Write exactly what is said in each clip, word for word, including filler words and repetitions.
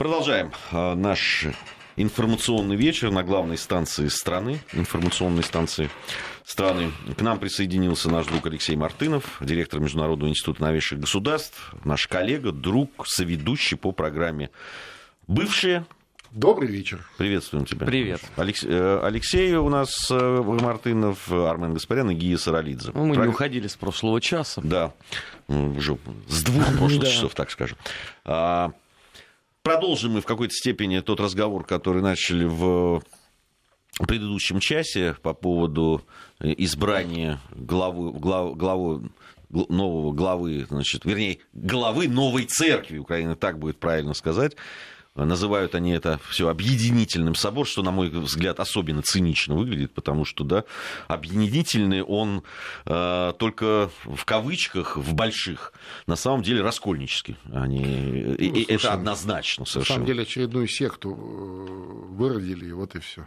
Продолжаем наш информационный вечер на главной станции страны, информационной станции страны. К нам присоединился наш друг Алексей Мартынов, директор Международного института новейших государств, наш коллега, друг, соведущий по программе «Бывшие». Добрый вечер. Приветствуем тебя. Привет. Алекс... Алексей у нас Мартынов, Армен Гаспарян и Гия Саралидзе. Ну, мы Прог... не уходили с прошлого часа. Да, уже с двух прошлых часов, так скажем. А... Продолжим мы в какой-то степени тот разговор, который начали в предыдущем часе по поводу избрания главы, глав, главы, нового главы, значит, вернее, главы новой церкви Украины, так будет правильно сказать. Называют они это все объединительным собор, что, на мой взгляд, особенно цинично выглядит, потому что, да, объединительный он э, только в кавычках, в больших, на самом деле раскольнический. Они, ну, и, слушай, это однозначно совершенно. На самом деле очередную секту выродили, и вот и все.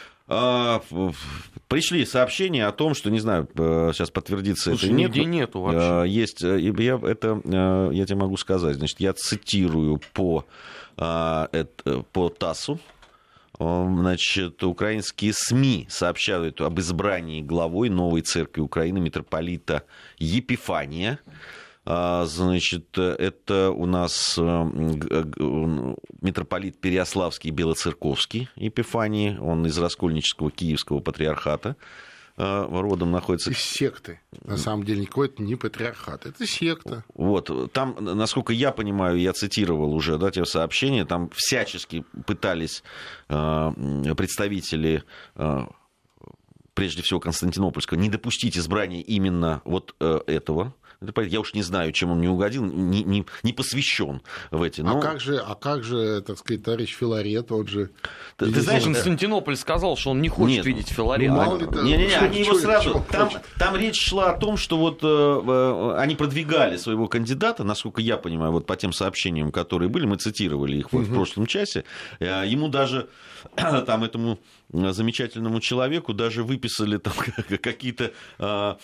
Пришли сообщения о том, что, не знаю, сейчас подтвердится Слушай, это или нет. Нигде нету вообще. Есть, я, это, я тебе могу сказать, значит, я цитирую по... по ТАССу. Значит, украинские СМИ сообщают об избрании главой новой церкви Украины митрополита Епифания. Значит, это у нас митрополит Переяславский Белоцерковский Епифаний, он из Раскольнического Киевского патриархата родом находится. Из секты. На самом деле никакой это не патриархат, это секта. Вот, там, насколько я понимаю, я цитировал уже, да, те сообщения, там всячески пытались э, представители, э, прежде всего Константинопольского, не допустить избрания именно вот э, этого. Я уж не знаю, чем он не угодил, не, не, не посвящен в эти. Но... А, как же, а как же, так сказать, товарищ Филарет, он же... Ты, ты знаешь, Константинополь сказал, что он не хочет Нет. видеть Филарета. Ну, Не-не-не, они его сразу... Там, там речь шла о том, что вот э, они продвигали своего кандидата, насколько я понимаю, вот по тем сообщениям, которые были, мы цитировали их угу. в прошлом часе, э, ему даже, там, этому замечательному человеку даже выписали там какие-то... Э,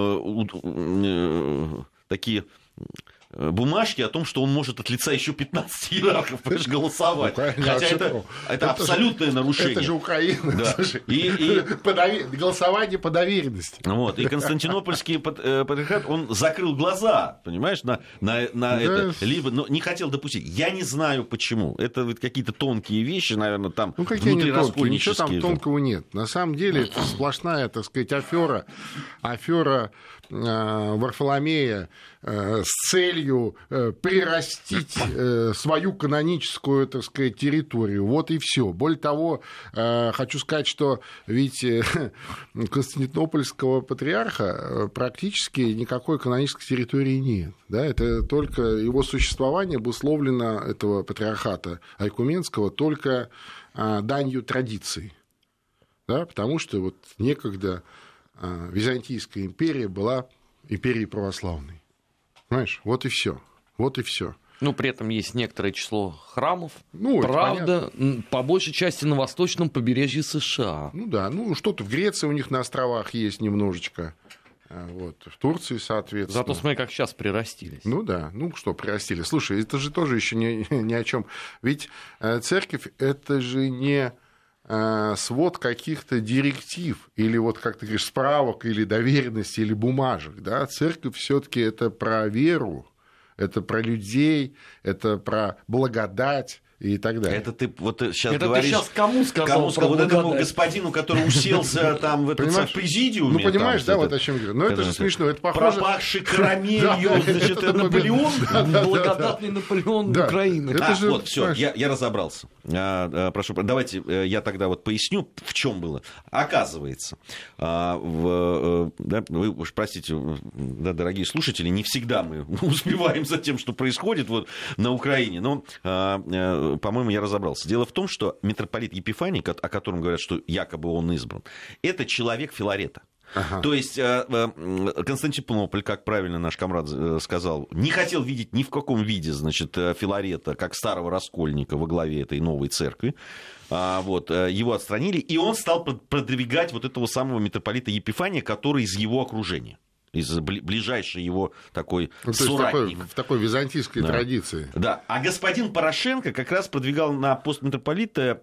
э, такие бумажки о том, что он может от лица еще пятнадцати иерархов, понимаешь, голосовать. Ну, хотя это, это, это абсолютное же, нарушение. Это же Украина. Да. И, и... Подовер... Голосование по доверенности. Вот. И Константинопольский патриархат, он закрыл глаза, понимаешь, на, на, на да. это. Либо, но не хотел допустить. Я не знаю, почему. Это вот какие-то тонкие вещи, наверное, там ну, внутри раскольнические. Ничего там тонкого нет. На самом деле, это сплошная, так сказать, афера. Афера э, Варфоломея э, с целью э, прирастить э, свою каноническую, так сказать, территорию. Вот и все. Более того, э, хочу сказать, что ведь э, Константинопольского патриарха практически никакой канонической территории нет. Да? Это только его существование обусловлено, этого патриархата Айкуменского, только э, данью традиции. Да? Потому что вот некогда э, Византийская империя была империей православной. Понимаешь? Вот и все. Вот и все. Ну, при этом есть некоторое число храмов. Ну, правда, по большей части на восточном побережье США. Ну да, ну что-то в Греции у них на островах есть немножечко. Вот. В Турции, соответственно. Зато смотри, как сейчас прирастились. Ну да, ну что, прирастили. Слушай, это же тоже еще ни, ни о чем. Ведь церковь это же не свод каких-то директив или вот, как ты говоришь, справок или доверенности или бумажек. Да? Церковь все-таки это про веру, это про людей, это про благодать. И так далее. Это ты вот сейчас это говоришь... Это ты сейчас кому сказал? Кому сказал? Вот этому господину, который уселся там в этом президиуме. Ну, понимаешь, там, да, вот о чем я говорю. Но это, это же смешно, это похоже... Пропахший карамелью, значит, это Наполеон. Благодатный Наполеон Украины. Вот, все, я разобрался. Прошу, давайте я тогда вот поясню, в чем было. Оказывается, вы уж простите, дорогие слушатели, не всегда мы успеваем за тем, что происходит вот на Украине, но... по-моему, я разобрался. Дело в том, что митрополит Епифаний, о котором говорят, что якобы он избран, это человек Филарета. Ага. То есть Константинополь, как правильно наш комрад сказал, не хотел видеть ни в каком виде, значит, Филарета, как старого раскольника во главе этой новой церкви. Вот, его отстранили, и он стал продвигать вот этого самого митрополита Епифания, который из его окружения. из ближайший его такой ну, соратник. Такой, в такой византийской да. традиции. Да. А господин Порошенко как раз продвигал на пост митрополита,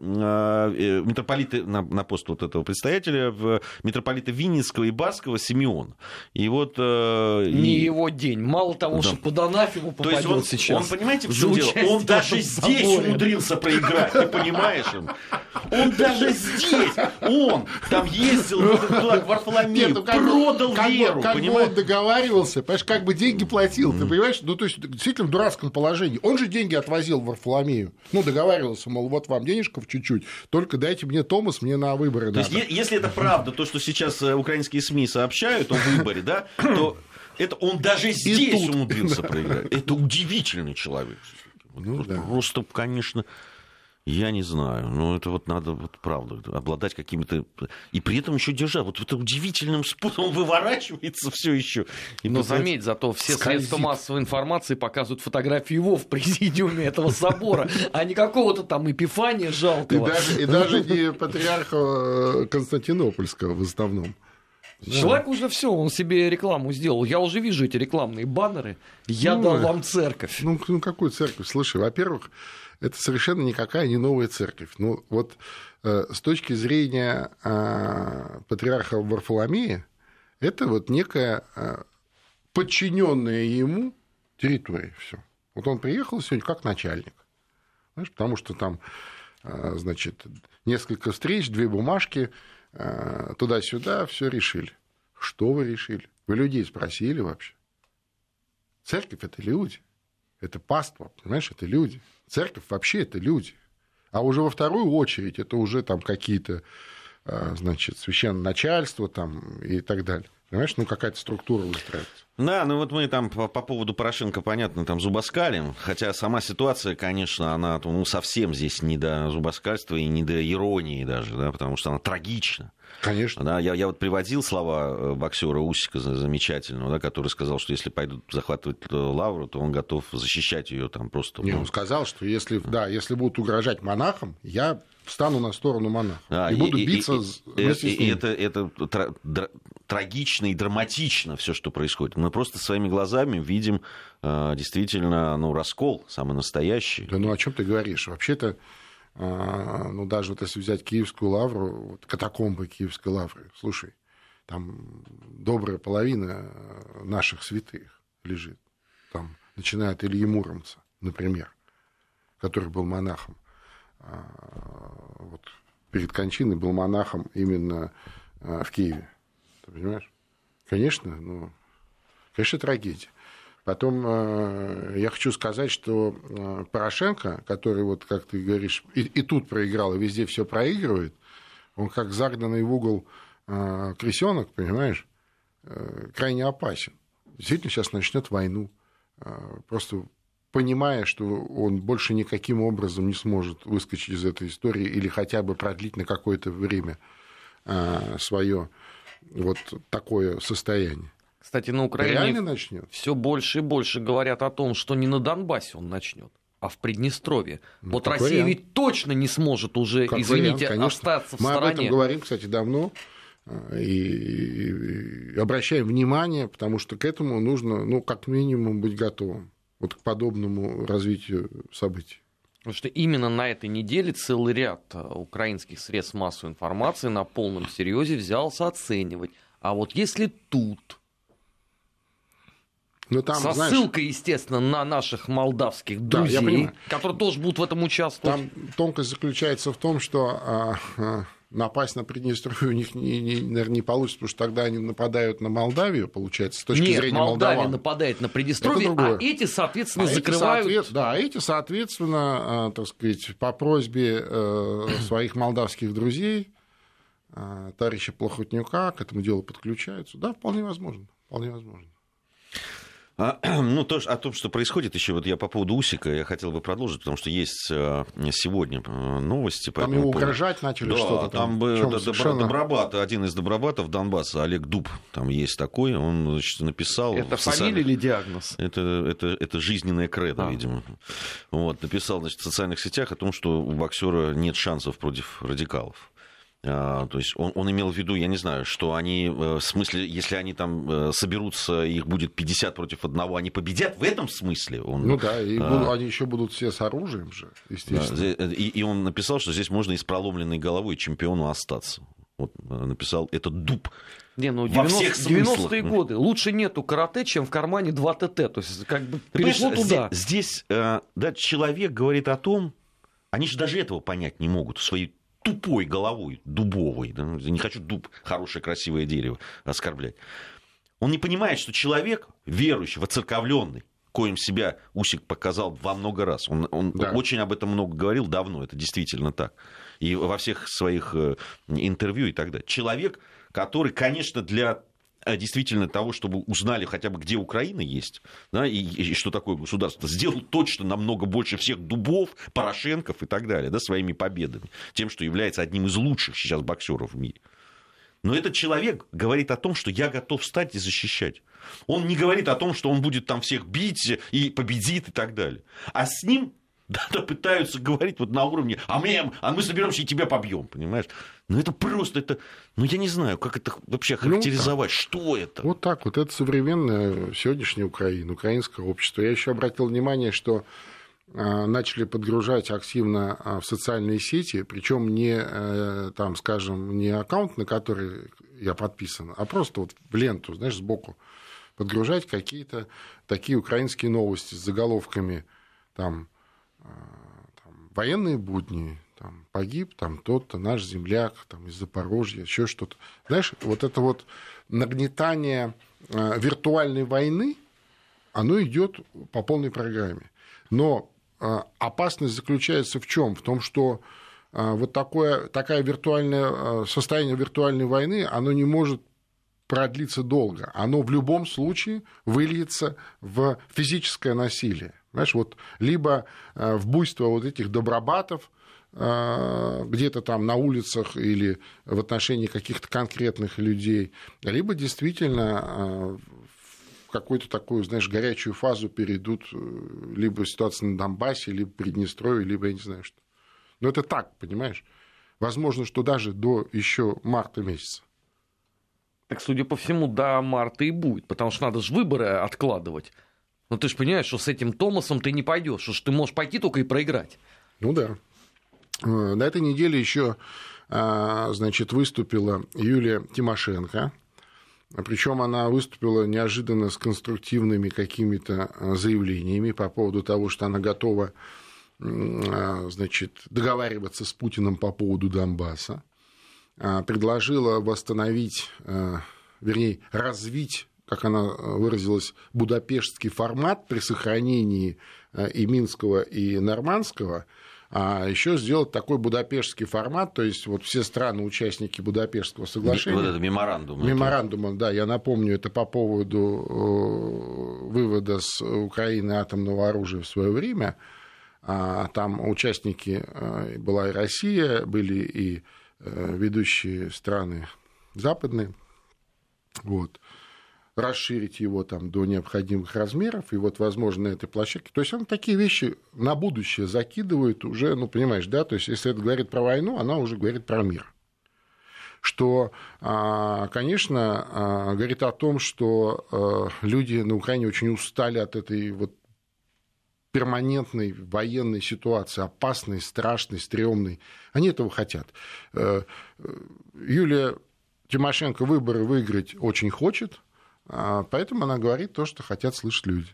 э, митрополита на, на пост вот этого предстоятеля в митрополита Винницкого и Барского Симеона. И вот... Э, Не и... его день. Мало того, да. что под анафему попадет он, сейчас. Он, понимаете, в чем дело? Он даже здесь умудрился проиграть, ты понимаешь? Он, он даже здесь, он там ездил туда, к Варфоломею, продал веру, понимаешь? Он договаривался, понимаешь, как бы деньги платил, mm. ты понимаешь? Ну, то есть, действительно в дурацком положении. Он же деньги отвозил в Варфоломею. Ну, договаривался, мол, вот вам денежков чуть-чуть, только дайте мне Томас, мне на выборы то надо. Есть, если это правда, то, что сейчас украинские СМИ сообщают о выборе, да, то это он даже здесь умудрился проиграть. Это удивительный человек. Ну, да. Просто, конечно... Я не знаю, но это вот надо, вот правда, обладать какими-то... И при этом еще держать. Вот это удивительным способом выворачивается все еще. И но заметь, зато все скользит. Средства массовой информации показывают фотографии его в президиуме этого собора, а не какого-то там Эпифания жалкого. И даже не патриарха Константинопольского в основном. Человек уже все, он себе рекламу сделал. Я уже вижу эти рекламные баннеры. Я ну, дал вам церковь. Ну, ну, какую церковь? Слушай, во-первых, это совершенно никакая не новая церковь. Ну, вот э, с точки зрения э, патриарха Варфоломея, это вот некая э, подчиненная ему территория. Все. Вот он приехал сегодня как начальник. Знаешь, потому что там, э, значит, несколько встреч, две бумажки, э, туда-сюда, все решили. Что вы решили? Вы людей спросили вообще? Церковь – это люди. Это паства, понимаешь, это люди. Церковь вообще это люди. А уже во вторую очередь это уже там какие-то, значит, священное начальство там и так далее. Понимаешь, ну какая-то структура выстраивается. Да, ну вот мы там по, по поводу Порошенко, понятно, там зубоскалим, хотя сама ситуация, конечно, она ну, совсем здесь не до зубоскальства и не до иронии даже, да, потому что она трагична. Конечно. Да, я, я вот приводил слова боксера Усика замечательного, да, который сказал, что если пойдут захватывать Лавру, то он готов защищать ее там просто. Не, он сказал, что если, да, если будут угрожать монахам, я встану на сторону монахов да, и, и буду биться и, вместе и, с ними. И это, это тра- дра- трагично и драматично все, что происходит. Мы просто своими глазами видим э, действительно ну, раскол самый настоящий. Да ну о чем ты говоришь? Вообще-то ну, даже вот если взять Киевскую лавру, вот, катакомбы Киевской лавры, слушай, там добрая половина наших святых лежит. Там, начиная от Ильи Муромца, например, который был монахом. Вот, перед кончиной был монахом именно в Киеве. Ты понимаешь? Конечно, ну, конечно, трагедия. Потом э, я хочу сказать, что э, Порошенко, который, вот, как ты говоришь, и, и тут проиграл, и везде все проигрывает, он как загнанный в угол э, крысенок, понимаешь, э, крайне опасен. Действительно, сейчас начнет войну, э, просто понимая, что он больше никаким образом не сможет выскочить из этой истории или хотя бы продлить на какое-то время э, свое вот такое состояние. Кстати, на Украине все больше и больше говорят о том, что не на Донбассе он начнет, а в Приднестровье. Ну, вот Россия вариант. Ведь точно не сможет уже, как извините, вариант, остаться в Мы стороне. Мы об этом говорим, кстати, давно и, и обращаем внимание, потому что к этому нужно, ну, как минимум, быть готовым вот к подобному развитию событий. Потому что именно на этой неделе целый ряд украинских средств массовой информации на полном серьезе взялся оценивать. А вот если тут... Ну, там, со знаешь, ссылкой, естественно, на наших молдавских друзей, да, которые тоже будут в этом участвовать. Там тонкость заключается в том, что а, а, напасть на Приднестровье у них, не, не, наверное, не получится, потому что тогда они нападают на Молдавию, получается, с точки Нет, зрения Молдавия молдаван. нападает на Приднестровье, а эти, соответственно, а закрывают... Эти, соответ... Да, эти, соответственно, а, так сказать, по просьбе а, своих молдавских друзей, а, товарища Плохотнюка, к этому делу подключаются. Да, вполне возможно, вполне возможно. Ну, то, о том, что происходит еще, вот я по поводу Усика, я хотел бы продолжить, потому что есть сегодня новости. По там его угрожать начали да, что-то. Там, там бы совершенно... Добробат, один из добробатов Донбасса, Олег Дуб, там есть такой, он, значит, написал... Это фамилия социальных... или диагноз? Это, это, это жизненная кредо, а. видимо. Вот, написал, значит, в социальных сетях о том, что у боксера нет шансов против радикалов. То есть он, он имел в виду, я не знаю, что они, в смысле, если они там соберутся, их будет пятьдесят против одного, они победят в этом смысле? Он, ну да, и будут, а, они еще будут все с оружием же, естественно. Да, и, и он написал, что здесь можно и с проломленной головой чемпиону остаться. Вот написал, это дуб. Не, ну девяностые годы. Лучше нету карате, чем в кармане два ТТ. То есть как бы перешло туда. Здесь, здесь да, человек говорит о том, они же даже этого понять не могут своей тупой головой, дубовой, да, не хочу дуб, хорошее, красивое дерево, оскорблять. Он не понимает, что человек, верующий, воцерковленный, коим себя Усик показал во много раз, он, он да. очень об этом много говорил давно, это действительно так, и во всех своих интервью и так далее. Человек, который, конечно, для действительно того, чтобы узнали хотя бы, где Украина есть, да, и, и что такое государство, сделал точно намного больше всех дубов, Порошенков и так далее, да, своими победами, тем, что является одним из лучших сейчас боксеров в мире. Но этот человек говорит о том, что я готов встать и защищать. Он не говорит о том, что он будет там всех бить и победит и так далее. А с ним да, пытаются говорить вот на уровне, а мы, а мы соберемся и тебя побьем, понимаешь? Ну это просто, это, ну я не знаю, как это вообще характеризовать, ну, что это? Вот так вот, это современная сегодняшняя Украина, украинское общество. Я еще обратил внимание, что а, начали подгружать активно а, в социальные сети, причем не, а, там, скажем, не аккаунт, на который я подписан, а просто вот в ленту, знаешь, сбоку подгружать какие-то такие украинские новости с заголовками, там, там военные будни, там, погиб там тот-то, наш земляк, там, из Запорожья, еще что-то. Знаешь, вот это вот нагнетание э, виртуальной войны, оно идет по полной программе. Но э, опасность заключается в чем? В том, что э, вот такое, такая виртуальная, э, состояние виртуальной войны, оно не может продлиться долго. Оно в любом случае выльется в физическое насилие. Знаешь, вот либо э, в буйство вот этих добробатов, где-то там на улицах или в отношении каких-то конкретных людей, либо действительно в какую-то такую, знаешь, горячую фазу перейдут либо ситуация на Донбассе, либо Приднестровье, либо я не знаю что. Но это так, понимаешь? Возможно, что даже до еще марта месяца. Так, судя по всему, до марта и будет, потому что надо же выборы откладывать. Но ты же понимаешь, что с этим Томасом ты не пойдешь, что ты можешь пойти только и проиграть. Ну да. На этой неделе еще, значит, выступила Юлия Тимошенко. Причем она выступила неожиданно с конструктивными какими-то заявлениями по поводу того, что она готова, значит, договариваться с Путиным по поводу Донбасса. Предложила восстановить, вернее, развить, как она выразилась, будапештский формат при сохранении и Минского, и Нормандского. А еще сделать такой будапештский формат, то есть вот все страны-участники Будапештского соглашения. Вот это меморандум. Меморандума, да, я напомню, это по поводу вывода с Украины атомного оружия в свое время. Там участники была и Россия, были и ведущие страны западные. Вот. Расширить его там до необходимых размеров, и вот, возможно, на этой площадке. То есть он такие вещи на будущее закидывает уже, ну, понимаешь, да, то есть если это говорит про войну, она уже говорит про мир. Что, конечно, говорит о том, что люди на Украине очень устали от этой вот перманентной военной ситуации, опасной, страшной, стрёмной. Они этого хотят. Юлия Тимошенко выборы выиграть очень хочет, поэтому она говорит то, что хотят слышать люди.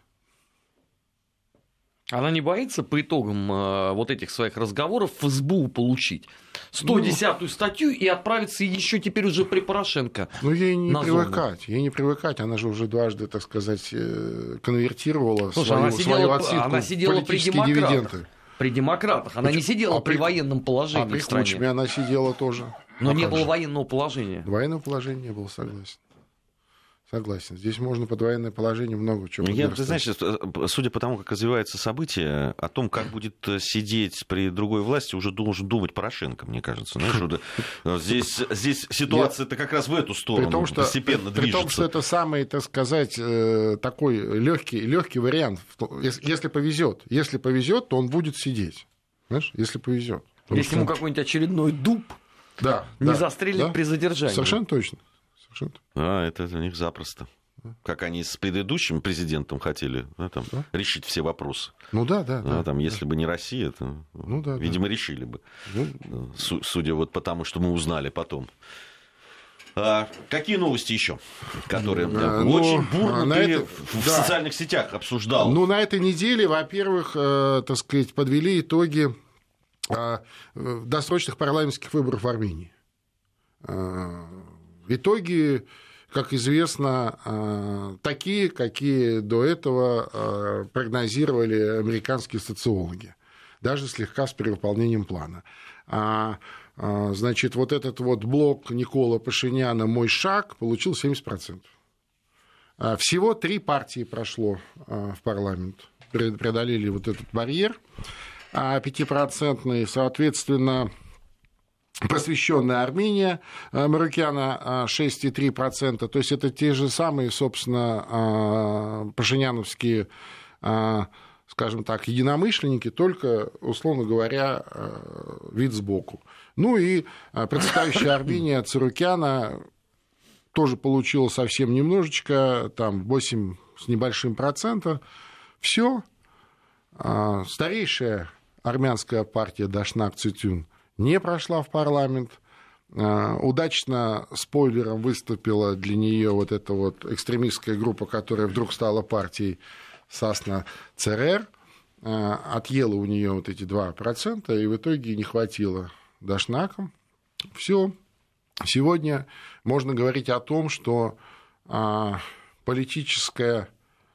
Она не боится по итогам э, вот этих своих разговоров в эс бэ у получить сто десятую ну, статью и отправиться еще теперь уже при Порошенко. Ну, ей не привыкать, ей не привыкать. Она же уже дважды, так сказать, конвертировала Слушай, свою, она сидела, свою отсидку она сидела в политические при дивиденды. При демократах. Она Почему? не сидела а при, при военном положении. А при Кучме она сидела тоже. Но а не было же? военного положения. Военного положения не было, согласен. Согласен. Здесь можно под военное положение много чего Я, ты знаешь, судя по тому, как развиваются события, о том, как будет сидеть при другой власти, уже должен думать Порошенко, мне кажется. Знаешь, здесь, здесь ситуация-то как раз в эту сторону при том, что, постепенно при, движется. При том, что это самый, так сказать, такой легкий, легкий вариант. Если повезет, если повезет, то он будет сидеть. Знаешь, если повезет. Если ему какой-нибудь очередной дуб Да, не да, застрелить да. при задержании. Совершенно точно. Совершенно. А, это у них запросто. Как они с предыдущим президентом хотели, да, там, да? решить все вопросы. Ну да, да. А, да там, да. Если бы не Россия, то, ну, да, видимо, да. решили бы. Ну... Судя вот по тому, что мы узнали потом. А, какие новости еще, которые а, очень бурно ну, ты это... в да. социальных сетях обсуждал? Ну, на этой неделе, во-первых, э, так сказать, подвели итоги э, досрочных парламентских выборов в Армении. Э, итоги, как известно, такие, какие до этого прогнозировали американские социологи, даже слегка с перевыполнением плана. Значит, вот этот вот блок Никола Пашиняна «Мой шаг» получил семьдесят процентов. Всего три партии прошло в парламент, преодолели вот этот барьер пятипроцентный, соответственно... Просвещенная Армения, Марукяна шесть целых три десятых процента, то есть это те же самые, собственно, пашиняновские, скажем так, единомышленники, только, условно говоря, вид сбоку. Ну и представляющая Армения Царукяна тоже получила совсем немножечко, там восемь с небольшим процента. Все. Старейшая армянская партия Дашнак Цитюн не прошла в парламент. Удачно спойлером выступила для нее вот эта вот экстремистская группа, которая вдруг стала партией Сасна ЦРР. Отъела у нее вот эти два процента, и в итоге не хватило Дашнакам. Все. Сегодня можно говорить о том, что политическая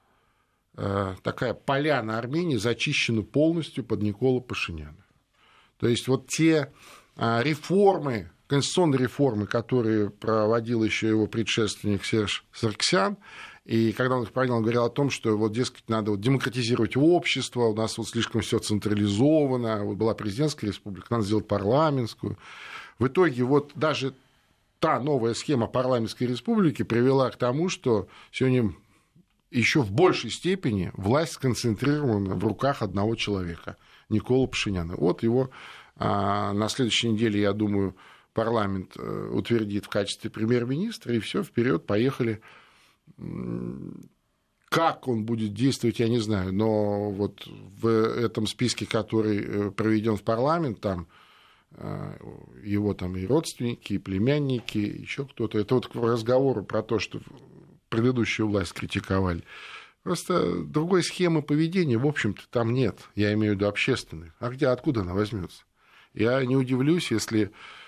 такая поляна Армении зачищена полностью под Никола Пашиняна. То есть вот те реформы, конституционные реформы, которые проводил еще его предшественник Серж Сарксян, и когда он их проводил, он говорил о том, что вот, дескать, надо вот демократизировать общество, у нас вот слишком все централизовано, вот была президентская республика, надо сделать парламентскую. В итоге вот даже та новая схема парламентской республики привела к тому, что сегодня еще в большей степени власть сконцентрирована в руках одного человека – Никола Пашиняна. Вот его а, на следующей неделе, я думаю, парламент утвердит в качестве премьер-министра, и все, вперед, поехали. Как он будет действовать, я не знаю, но вот в этом списке, который проведен в парламент, там его там и родственники, и племянники, еще кто-то. Это вот к разговору про то, что предыдущую власть критиковали. Просто другой схемы поведения, в общем-то, там нет. Я имею в виду общественной. А где, откуда она возьмется? Я не удивлюсь, если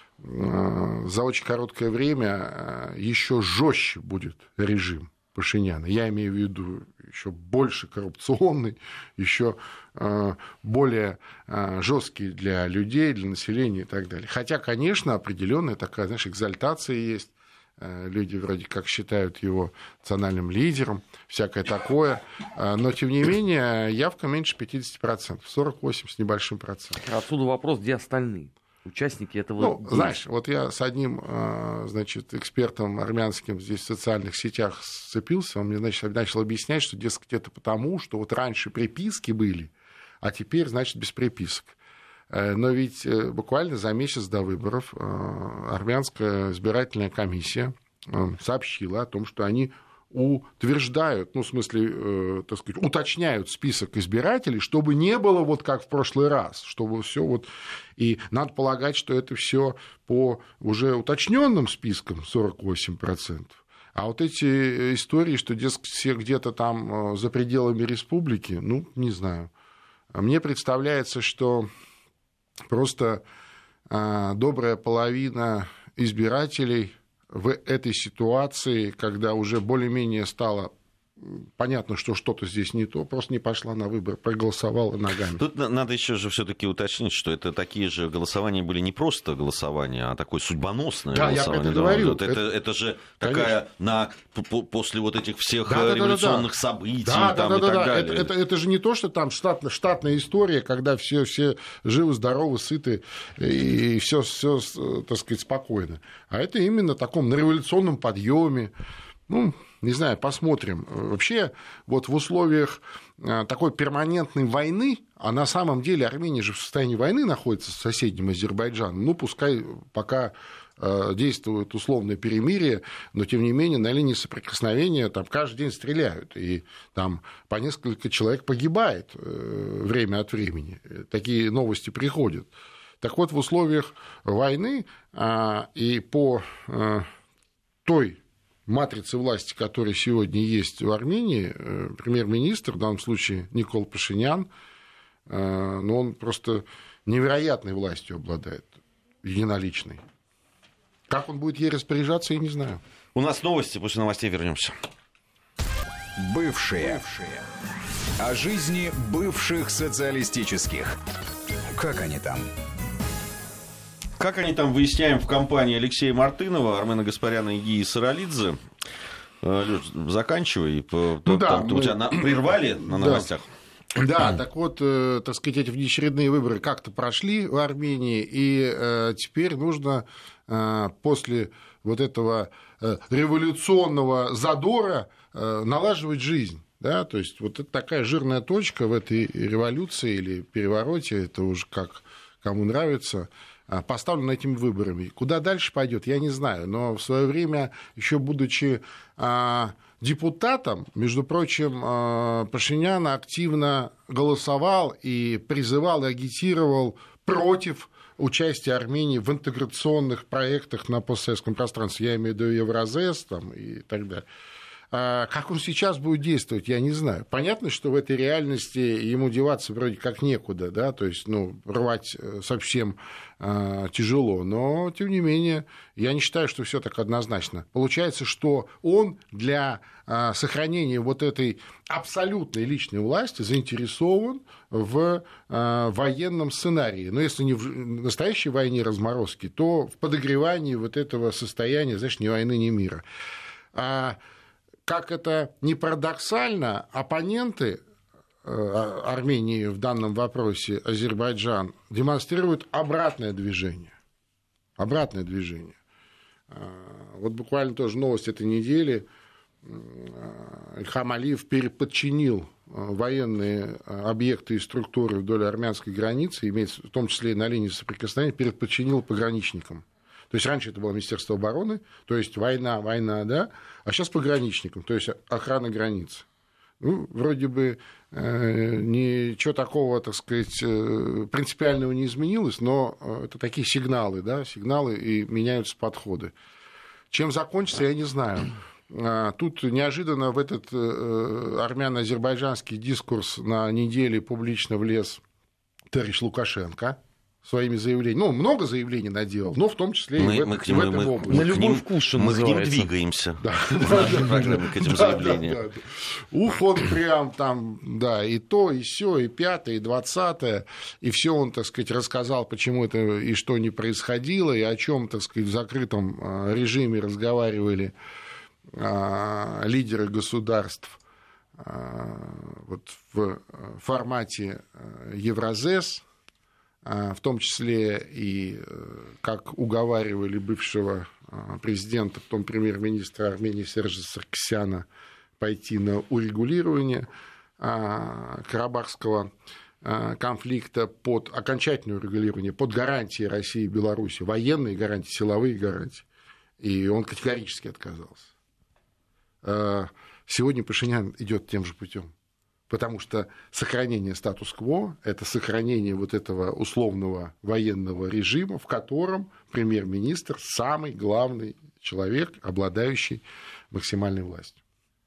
за очень короткое время еще жестче будет режим Пашиняна. Я имею в виду еще больше коррупционный, еще более жесткий для людей, для населения и так далее. Хотя, конечно, определенная такая, знаешь, экзальтация есть. Люди вроде как считают его национальным лидером, всякое такое. Но, тем не менее, явка меньше пятьдесят процентов, сорок восемь с небольшим процентом. Отсюда вопрос, где остальные участники этого? Ну, действия? Знаешь, вот я с одним, значит, экспертом армянским здесь в социальных сетях сцепился, он мне, значит, начал объяснять, что, дескать, это потому, что вот раньше приписки были, а теперь, значит, без приписок. Но ведь буквально за месяц до выборов армянская избирательная комиссия сообщила о том, что они утверждают, ну, в смысле, так сказать, уточняют список избирателей, чтобы не было вот как в прошлый раз, чтобы все вот... И надо полагать, что это все по уже уточненным спискам сорок восемь процентов. А вот эти истории, что, дескать, все где-то там за пределами республики, ну, не знаю. Мне представляется, что... Просто а, добрая половина избирателей в этой ситуации, когда уже более-менее стало понятно, что что-то здесь не то, просто не пошла на выбор, проголосовала ногами. Тут надо еще же все-таки уточнить, что это такие же голосования были не просто голосования, а такое судьбоносное да, голосование. Я это, говорю. Это, это, это же конечно. Такая на, после вот этих всех да, революционных да, да, да. событий да, там, да, да, и так да, далее. Это, это, это же не то, что там штатная, штатная история, когда все, все живы, здоровы, сыты и все, все, так сказать, спокойно. А это именно в таком на революционном подъеме. Ну, не знаю, посмотрим. Вообще, вот в условиях такой перманентной войны, а на самом деле Армения же в состоянии войны находится с соседним Азербайджаном, ну, пускай пока действует условное перемирие, но, тем не менее, на линии соприкосновения там каждый день стреляют, и там по несколько человек погибает время от времени. Такие новости приходят. Так вот, в условиях войны и по той матрице власти, которая сегодня есть в Армении, премьер-министр, в данном случае Никол Пашинян, ну, он просто невероятной властью обладает, единоличной. Как он будет ей распоряжаться, я не знаю. У нас новости, после новостей вернемся. Бывшие. Бывшие. О жизни бывших социалистических. Как они там? Как они там, выясняем в компании Алексея Мартынова, Армена Гаспаряна и Гии Саралидзе. Лёш, заканчивай. Ну, там, да, мы... Тебя на... прервали на новостях. Да, да, так вот, э, так сказать, эти внеочередные выборы как-то прошли в Армении, и э, теперь нужно э, после вот этого э, революционного задора э, налаживать жизнь. Да? То есть вот это такая жирная точка в этой революции или перевороте, это уже как кому нравится, поставлена этими выборами. Куда дальше пойдет, я не знаю, но в свое время, еще будучи депутатом, между прочим, Пашинян активно голосовал и призывал и агитировал против участия Армении в интеграционных проектах на постсоветском пространстве. Я имею в виду Евразес там, и так далее. Как он сейчас будет действовать, я не знаю. Понятно, что в этой реальности ему деваться вроде как некуда, да, то есть, ну, рвать совсем э, тяжело, но, тем не менее, я не считаю, что все так однозначно. Получается, что он для э, сохранения вот этой абсолютной личной власти заинтересован в э, военном сценарии. Но если не в настоящей войне разморозки, то в подогревании вот этого состояния, знаешь, ни войны, ни мира. Как это ни парадоксально, оппоненты Армении в данном вопросе, Азербайджан, демонстрируют обратное движение. Обратное движение. Вот буквально тоже новость этой недели. Ильхам Алиев переподчинил военные объекты и структуры вдоль армянской границы, имеется в том числе и на линии соприкосновения, переподчинил пограничникам. То есть раньше это было Министерство обороны, то есть война, война, да, а сейчас пограничникам, то есть охрана границ. Ну, вроде бы э, ничего такого, так сказать, э, принципиального не изменилось, но это такие сигналы, да, сигналы, и меняются подходы. Чем закончится, я не знаю. Тут неожиданно в этот э, армяно-азербайджанский дискурс на неделе публично влез товарищ Лукашенко своими заявлениями. Ну, много заявлений наделал, но в том числе мы, и в, мы, этом, мы, в этом мы, области. На любой вкус, мы к ним двигаемся. Да. В нашей программе к этим заявлениям. Да, да, да. Ух, он прям там, да, и то, и сё, и пятое, и двадцатое, и все он, так сказать, рассказал, почему это и что не происходило, и о чем, так сказать, в закрытом режиме разговаривали лидеры государств вот в формате Евразес, в том числе и как уговаривали бывшего президента, потом премьер-министра Армении Сержа Саркисяна пойти на урегулирование карабахского конфликта под окончательное урегулирование, под гарантии России и Беларуси, военные гарантии, силовые гарантии. И он категорически отказался. Сегодня Пашинян идет тем же путем. Потому что сохранение статус-кво – это сохранение вот этого условного военного режима, в котором премьер-министр – самый главный человек, обладающий максимальной властью.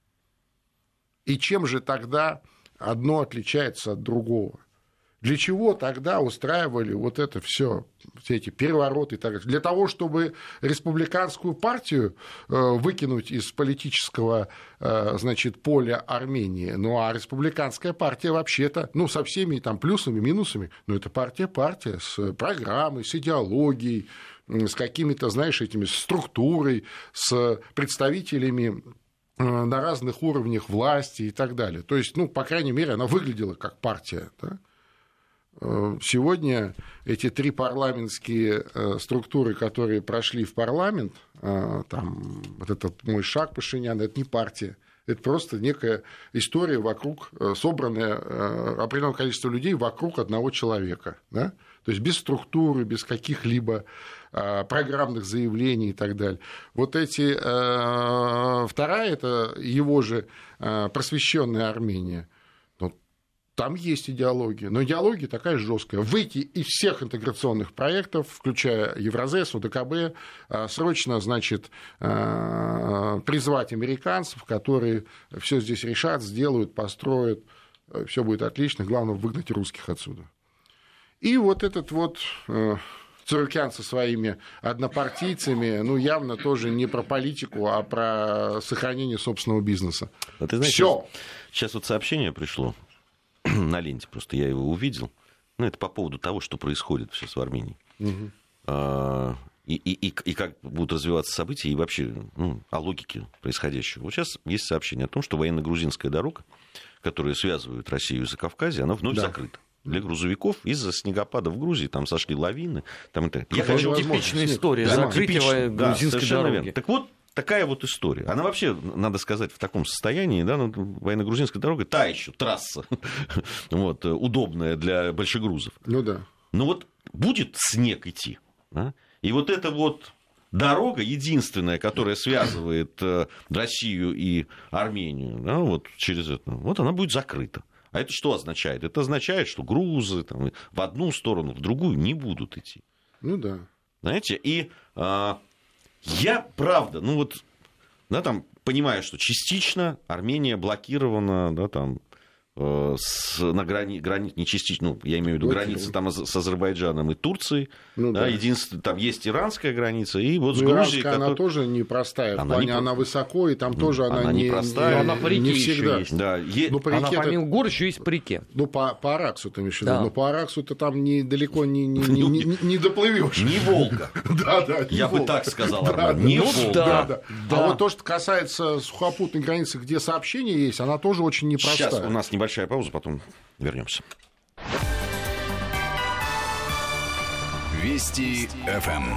И чем же тогда одно отличается от другого? Для чего тогда устраивали вот это все, все эти перевороты и так далее? Для того, чтобы республиканскую партию выкинуть из политического, значит, поля Армении. Ну, а республиканская партия вообще-то, ну, со всеми там плюсами, минусами, ну, это партия-партия с программой, с идеологией, с какими-то, знаешь, этими структурой, с представителями на разных уровнях власти и так далее. То есть, ну, по крайней мере, она выглядела как партия, да? сегодня эти три парламентские структуры, которые прошли в парламент, там, вот этот мой шаг Пашиняна, это не партия. Это просто некая история вокруг, собранная определенное количество людей вокруг одного человека. Да? То есть без структуры, без каких-либо программных заявлений и так далее. Вот эти... Вторая – это его же просвещенная Армения. Там есть идеология, но идеология такая жесткая. Выйти из всех интеграционных проектов, включая Евразес, УДКБ, срочно, значит, призвать американцев, которые все здесь решат, сделают, построят, все будет отлично, главное выгнать русских отсюда. И вот этот вот Цурукян со своими однопартийцами, ну, явно тоже не про политику, а про сохранение собственного бизнеса. А ты знаешь, Всё. Сейчас вот сообщение пришло на ленте, просто я его увидел. Ну, это по поводу того, что происходит сейчас в Армении. Угу. А, и, и, и, и как будут развиваться события, и вообще ну, о логике происходящего. Вот сейчас есть сообщение о том, что военно-грузинская дорога, которая связывает Россию и Закавказье, она вновь да. закрыта для грузовиков из-за снегопада в Грузии. Там сошли лавины. Там это... Я хочу... Типичная история да, закрытия да, грузинской да, дороги. Верно. Так вот, такая вот история. Она вообще, надо сказать, в таком состоянии, да, ну, военно-грузинская дорога, та еще трасса, вот, удобная для большегрузов. Ну да. Но вот будет снег идти, да, и вот эта вот дорога единственная, которая связывает Россию и Армению, да, вот через это, вот она будет закрыта. А это что означает? Это означает, что грузы там, в одну сторону, в другую не будут идти. Ну да. Знаете, и... Я, правда, ну вот, да, там, понимаю, что частично Армения блокирована, да, там, э, с, на грани, грани, не частично, ну, я имею в виду границы там с Азербайджаном и Турцией, ну, да, да. Единственное, там есть иранская граница, и вот ну, с Грузией... Иранская, она тоже непростая, в плане, не... она высоко, и там тоже она, она не... непростая. Но она по реке не еще всегда. есть. Да, е... ну, по реке она это... помимо гор еще есть по реке. Ну, по, по Араксу ты имеешь в виду, да. Но по Араксу ты там не, далеко не, не, не, не, не доплывешь. Не Волга. Да, да, я бы так сказал, Армен, не Волга. А вот то, что касается сухопутной границы, где сообщения есть, она тоже очень непростая. Сейчас у нас небольшая пауза, потом вернемся. Вести эф эм.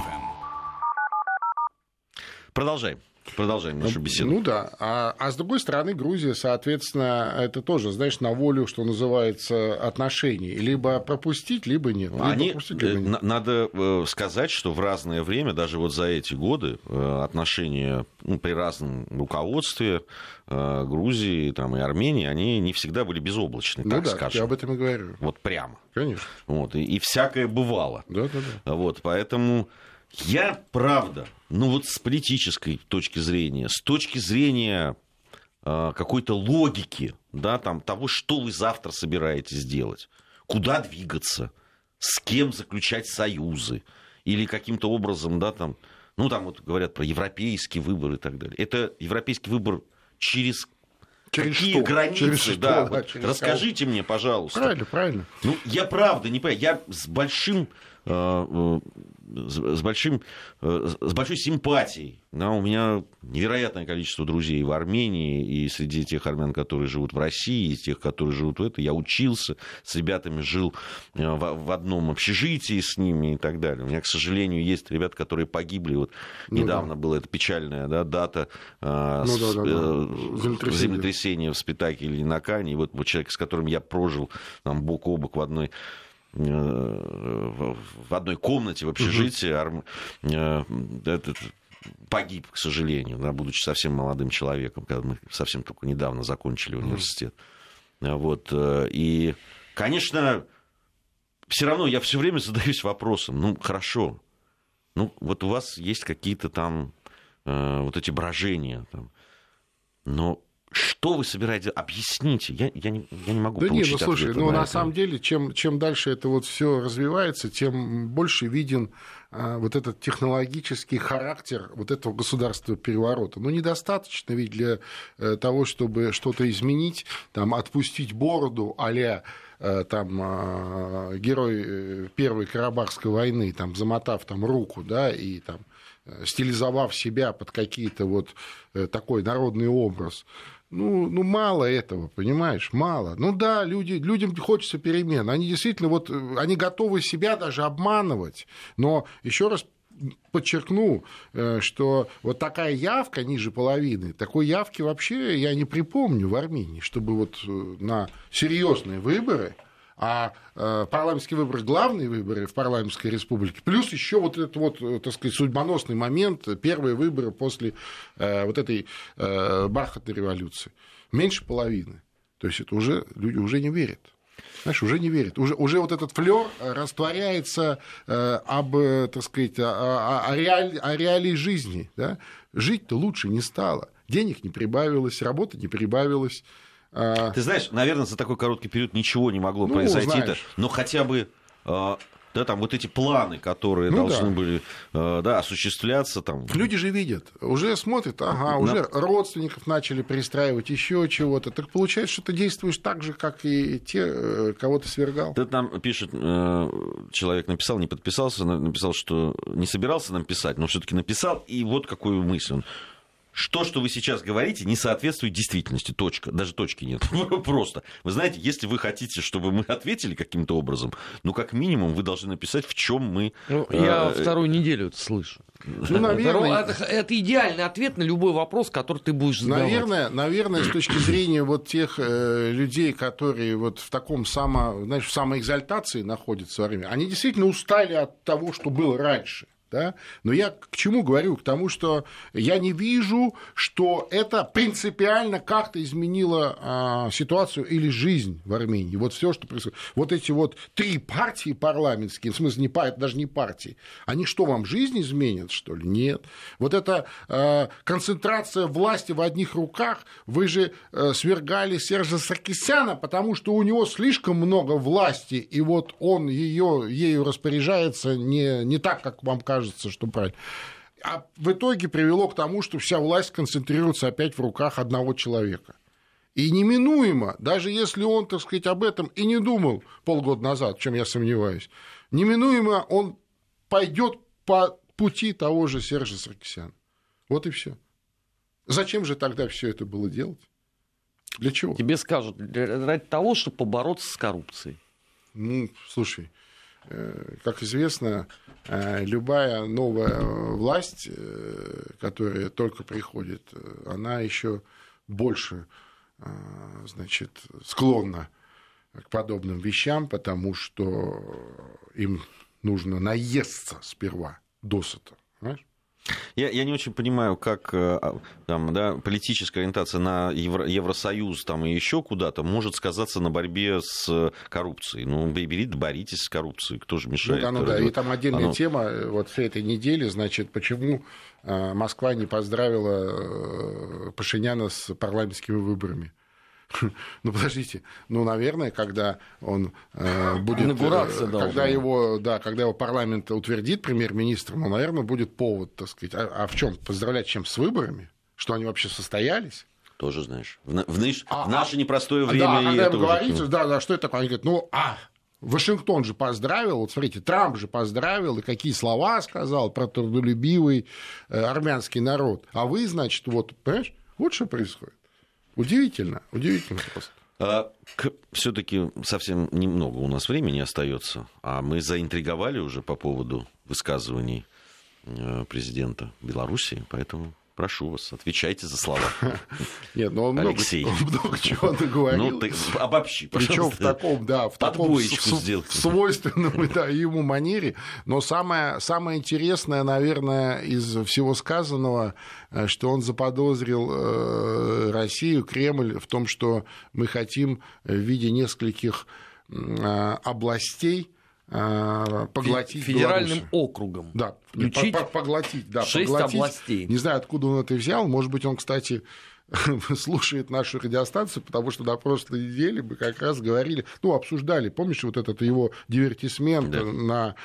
Продолжаем. Продолжаем нашу беседу. Ну да. А, а с другой стороны, Грузия, соответственно, это тоже, знаешь, на волю, что называется, отношений. Либо пропустить, либо нет. Либо Они, пропустить, либо нет. Надо сказать, что в разное время, даже вот за эти годы, отношения ну, при разном руководстве Грузии там, и Армении, они не всегда были безоблачны, ну так да, скажем. Я об этом и говорю. Вот прямо. Конечно. Вот, и, и всякое бывало. Да, да, да. Вот, поэтому... Я, правда, ну вот с политической точки зрения, с точки зрения э, какой-то логики, да, там, того, что вы завтра собираетесь делать, куда двигаться, с кем заключать союзы, или каким-то образом, да, там, ну, там вот говорят про европейский выбор и так далее. Это европейский выбор через... Через Какие что? границы, через да, что? вот через расскажите кого? Мне, пожалуйста. Правильно, правильно. Ну, я правда не понимаю, я с большим, э, с большим, э, с большой симпатией, да, у меня невероятное количество друзей в Армении, и среди тех армян, которые живут в России, и тех, которые живут в этой, я учился, с ребятами жил в, в одном общежитии с ними и так далее. У меня, к сожалению, есть ребята, которые погибли, вот ну, недавно да. была эта печальная да, дата э, ну, с, да, да, да. Землетрясение. землетрясения в Спитаке или на Кане, и вот, вот человек, с которым я прожил там, бок о бок в одной в одной комнате в общежитии, угу. этот погиб, к сожалению, да, будучи совсем молодым человеком, когда мы совсем только недавно закончили университет. Угу. Вот, и, конечно, все равно я все время задаюсь вопросом, ну, хорошо, ну, вот у вас есть какие-то там вот эти брожения, там, но что вы собираетесь? Объясните. Я, я, не, я не могу да получить нет, ну, слушай, ну, на, на это. самом деле, чем, чем дальше это вот все развивается, тем больше виден а, вот этот технологический характер вот этого государственного переворота. Ну, недостаточно ведь для а, того, чтобы что-то изменить, там, отпустить бороду а-ля там, герой Первой Карабахской войны, там, замотав там, руку, да, и там, стилизовав себя под какие-то вот такой народный образ. Ну, ну, мало этого, понимаешь, мало. Ну да, люди, людям хочется перемен. Они действительно, вот, они готовы себя даже обманывать. Но еще раз подчеркну, что вот такая явка ниже половины, такой явки вообще я не припомню в Армении, чтобы вот на серьезные выборы, а парламентские выборы, главные выборы в парламентской республике, плюс еще вот этот вот, так сказать, судьбоносный момент, первые выборы после вот этой бархатной революции. Меньше половины. То есть это уже люди уже не верят. Знаешь, уже не верят. Уже, уже вот этот флёр растворяется э, об, так сказать, о, о, реаль, о реалии жизни. Да? Жить-то лучше не стало. Денег не прибавилось, работы не прибавилось. Ты знаешь, наверное, за такой короткий период ничего не могло ну, произойти. Но хотя бы... Да, там вот эти планы, которые ну, должны да. были да, осуществляться. Там... Люди же видят, уже смотрят, ага, уже Но... родственников начали перестраивать, еще чего-то. Так получается, что ты действуешь так же, как и те, кого ты свергал. Тут нам пишет, человек написал, не подписался, написал, что не собирался нам писать, но все-таки написал, и вот какую мысль он. Что, что вы сейчас говорите, не соответствует действительности. Точка. Даже точки нет. Просто. Вы знаете, если вы хотите, чтобы мы ответили каким-то образом, ну, как минимум, вы должны написать, в чем мы... Ну, я э... вторую неделю это слышу. Ну, наверное... это, это идеальный ответ на любой вопрос, который ты будешь задавать. Наверное, наверное, с точки зрения вот тех э, людей, которые вот в таком само, знаешь, в самоэкзальтации находятся во время, они действительно устали от того, что было раньше. Да? Но я к чему говорю? К тому, что я не вижу, что это принципиально как-то изменило а, ситуацию или жизнь в Армении. Вот все, что происходит. Вот эти вот три партии парламентские, в смысле, не, это даже не партии, они что, вам жизнь изменят, что ли? Нет. Вот эта а, концентрация власти в одних руках, вы же а, свергали Сержа Саркисяна, потому что у него слишком много власти, и вот он ее, ею распоряжается не, не так, как вам кажется, что правильно. А в итоге привело к тому, что вся власть концентрируется опять в руках одного человека. И неминуемо, даже если он, так сказать, об этом и не думал полгода назад, в чем я сомневаюсь, неминуемо он пойдет по пути того же Сержа Саркисяна. Вот и все. Зачем же тогда все это было делать? Для чего? Тебе скажут, ради того, чтобы побороться с коррупцией. Ну, слушай, как известно, любая новая власть, которая только приходит, она еще больше, значит, склонна к подобным вещам, потому что им нужно наесться сперва досыта. Понимаешь? Я, я не очень понимаю, как там, да, политическая ориентация на Евро, Евросоюз там, и еще куда-то может сказаться на борьбе с коррупцией. Ну, берите, боритесь с коррупцией, кто же мешает? Ну, да, ну, да. И там отдельная Оно... тема вот всей этой недели, значит, почему Москва не поздравила Пашиняна с парламентскими выборами. Ну, подождите, ну, наверное, когда он э, будет, э, когда его, да, когда его парламент утвердит премьер-министром, ну, наверное, будет повод, так сказать, а, а в чем поздравлять, чем с выборами, что они вообще состоялись? Тоже знаешь, в, в, наш, а, в наше непростое время. Да, когда им говорится, да, да, что это такое, они говорят, ну, а, Вашингтон же поздравил, вот смотрите, Трамп же поздравил, и какие слова сказал про трудолюбивый э, армянский народ, а вы, значит, вот, понимаешь, вот что происходит. Удивительно, удивительно просто. А, все-таки совсем немного у нас времени остается, а мы заинтриговали уже по поводу высказываний президента Белоруссии, поэтому прошу вас, отвечайте за слова. Нет, ну он много, он много чего наговорил. Ну, ты обобщи, пожалуйста. Причем в таком, да, в таком свойственном да, ему манере. Но самое, самое интересное, наверное, из всего сказанного, что он заподозрил Россию, Кремль в том, что мы хотим в виде нескольких областей поглотить федеральным Белоруссию. округом. Да, поглотить, да, шесть поглотить. областей. Не знаю, откуда он это взял. Может быть, он, кстати, слушает нашу радиостанцию, потому что на прошлой неделе мы как раз говорили, ну, обсуждали, помнишь, вот этот его дивертисмент да. на...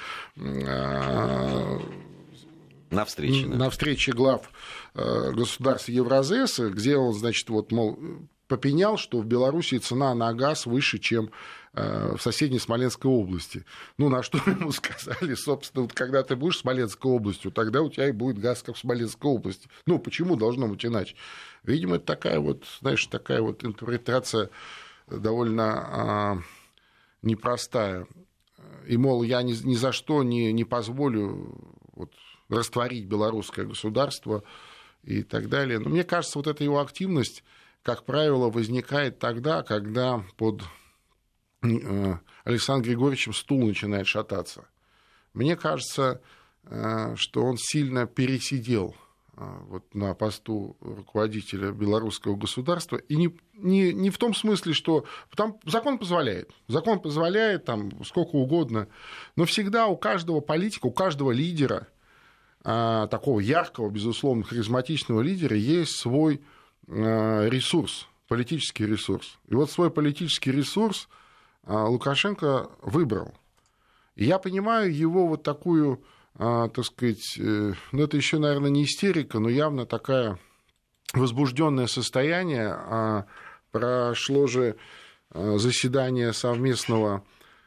На встрече, на да. встрече глав государств Евразеса, где он, значит, вот, мол, попенял, что в Беларуси цена на газ выше, чем в соседней Смоленской области. Ну, на что ему сказали, собственно, вот когда ты будешь Смоленской областью, тогда у тебя и будет газ, как в Смоленской области. Ну, почему должно быть иначе? Видимо, это такая вот, знаешь, такая вот интерпретация довольно а, непростая. И, мол, я ни, ни за что не, не позволю вот, растворить белорусское государство и так далее. Но мне кажется, вот эта его активность, как правило, возникает тогда, когда под Александром Григорьевичем стул начинает шататься. Мне кажется, что он сильно пересидел вот на посту руководителя белорусского государства. И не, не, не в том смысле, что... Там закон позволяет. Закон позволяет там сколько угодно. Но всегда у каждого политика, у каждого лидера, такого яркого, безусловно, харизматичного лидера, есть свой ресурс, политический ресурс. И вот свой политический ресурс Лукашенко выбрал. И я понимаю его вот такую, так сказать, ну это еще, наверное, не истерика, но явно такое возбужденное состояние. Прошло же заседание совместного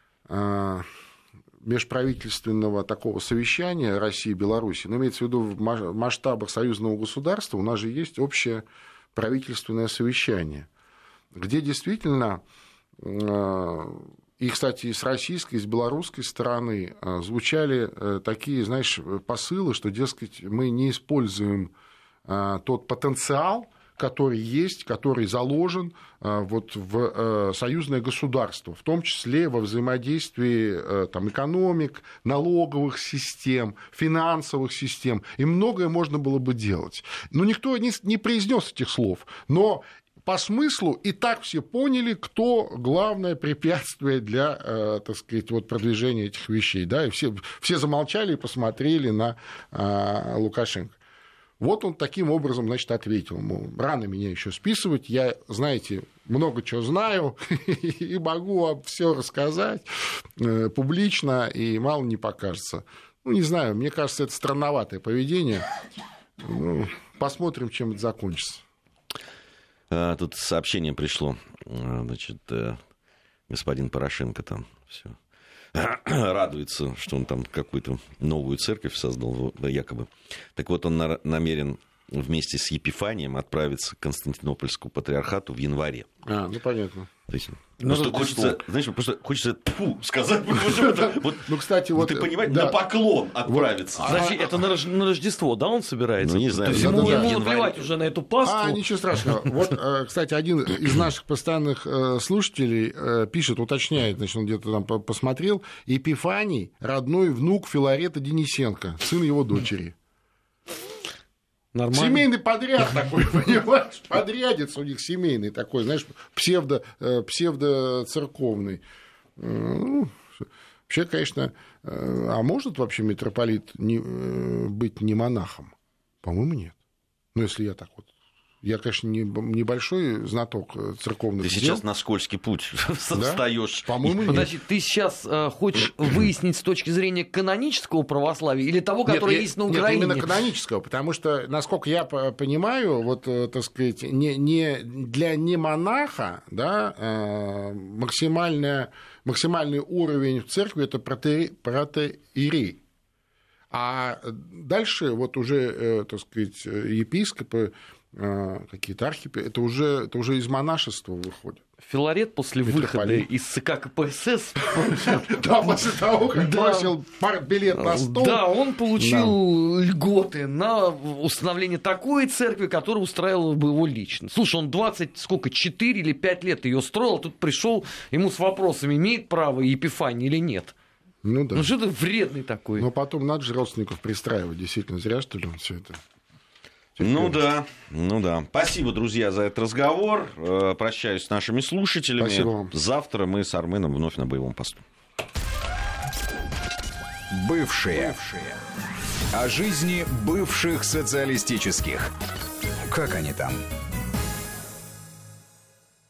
межправительственного такого совещания России и Беларуси. Но имеется в виду в масштабах союзного государства у нас же есть общее правительственное совещание, где действительно... И, кстати, и с российской, и с белорусской стороны звучали такие, знаешь, посылы, что, дескать, мы не используем тот потенциал, который есть, который заложен вот в союзное государство, в том числе во взаимодействии там, экономик, налоговых систем, финансовых систем. И многое можно было бы делать. Но никто не, не произнес этих слов. Но по смыслу и так все поняли, кто главное препятствие для, э, так сказать, вот продвижения этих вещей. Да? И все, все замолчали и посмотрели на э, Лукашенко. Вот он таким образом, значит, ответил. Мол, рано меня еще списывать, я, знаете, много чего знаю и могу вам все рассказать э, публично, и мало не покажется. Ну, не знаю, мне кажется, это странноватое поведение. Ну, посмотрим, чем это закончится. Тут сообщение пришло, значит, господин Порошенко там все радуется, что он там какую-то новую церковь создал, якобы. Так вот, он намерен вместе с Епифанием отправиться к Константинопольскому патриархату в январе. А, ну понятно. То есть, ну, просто хочется, знаешь, просто хочется тьфу сказать, вот, ну, кстати, вот ты понимаешь, да. на поклон отправиться. Значит, это на, на Рождество, да, он собирается? Ну, не знаю. То есть ему, ему наплевать уже на эту пасту. А, ничего страшного. Вот, кстати, один из наших постоянных слушателей пишет, уточняет, значит, он где-то там посмотрел, Епифаний, родной внук Филарета Денисенко, сын его дочери. Нормально. Семейный подряд такой, понимаешь? Подрядец у них семейный такой, знаешь, псевдо, псевдоцерковный. Ну, вообще, конечно, а может вообще митрополит не, быть не монахом? По-моему, нет. Ну, если я так вот. Я, конечно, не, небольшой знаток церковных дел. Ты сейчас на скользкий путь встаешь. Да? По-моему, Подожди, ты сейчас э, хочешь выяснить с точки зрения канонического православия или того, которое нет, есть на Украине? Нет, именно канонического, потому что, насколько я понимаю, вот, так сказать, не, не, для немонаха, да, э, максимальная, максимальный уровень в церкви – это протоиерей. А дальше вот уже, так сказать, епископы, какие-то архипы, это уже, это уже из монашества выходит. Филарет после выхода из ЦК КПСС... Да, после того, как бросил билет на стол. Да, он получил льготы на установление такой церкви, которая устраивала бы его лично. Слушай, он двадцать, сколько, четыре или пять лет ее строил, тут пришел ему с вопросами, имеет право Епифаний или нет. Ну да. Ну что ты вредный такой. Но потом надо же родственников пристраивать, действительно, зря, что ли, он все это... Ну да, ну да. Спасибо, друзья, за этот разговор. Прощаюсь с нашими слушателями. Спасибо вам. Завтра мы с Арменом вновь на боевом посту. Бывшие. Бывшие. О жизни бывших социалистических. Как они там?